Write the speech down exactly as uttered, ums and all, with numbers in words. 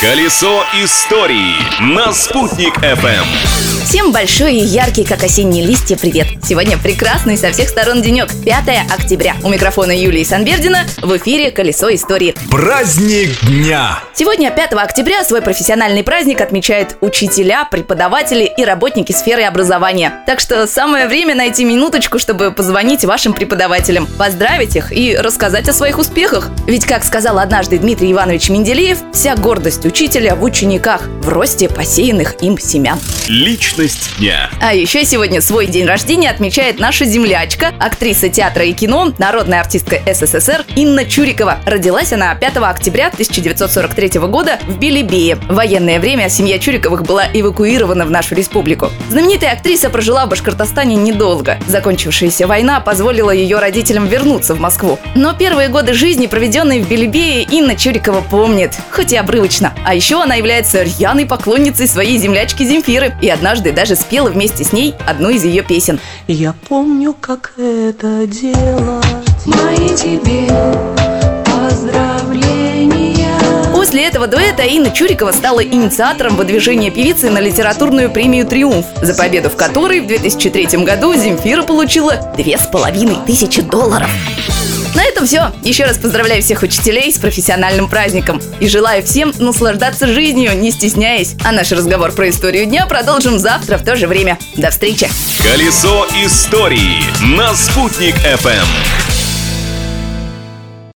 Колесо истории на Спутник эф эм. Всем большой и яркий, как осенние листья, привет! Сегодня прекрасный со всех сторон денек, пятое октября. У микрофона Юлии Санбердина, в эфире «Колесо истории». Праздник дня! Сегодня, пятого октября, свой профессиональный праздник отмечают учителя, преподаватели и работники сферы образования. Так что самое время найти минуточку, чтобы позвонить вашим преподавателям, поздравить их и рассказать о своих успехах. Ведь, как сказал однажды Дмитрий Иванович Менделеев, вся гордость учителя в учениках, в росте посеянных им семян. Личность дня. А еще сегодня свой день рождения отмечает наша землячка, актриса театра и кино, народная артистка эс эс эс эр Инна Чурикова. Родилась она пятого октября тысяча девятьсот сорок третьего года в Белебее. В военное время семья Чуриковых была эвакуирована в нашу республику. Знаменитая актриса прожила в Башкортостане недолго. Закончившаяся война позволила ее родителям вернуться в Москву. Но первые годы жизни, проведенные в Белебее, Инна Чурикова помнит, хоть и обрывочно. А еще она является рьяной поклонницей своей землячки Земфиры и однажды даже спела вместе с ней одну из ее песен. Я помню, как это делать. Мои тебе поздравления. После этого дуэта Инна Чурикова стала инициатором выдвижения певицы на литературную премию «Триумф», за победу в которой в две тысячи третьем году Земфира получила две с половиной тысячи долларов. На этом все. Еще раз поздравляю всех учителей с профессиональным праздником. И желаю всем наслаждаться жизнью, не стесняясь. А наш разговор про историю дня продолжим завтра в то же время. До встречи. Колесо истории на Спутник эф эм.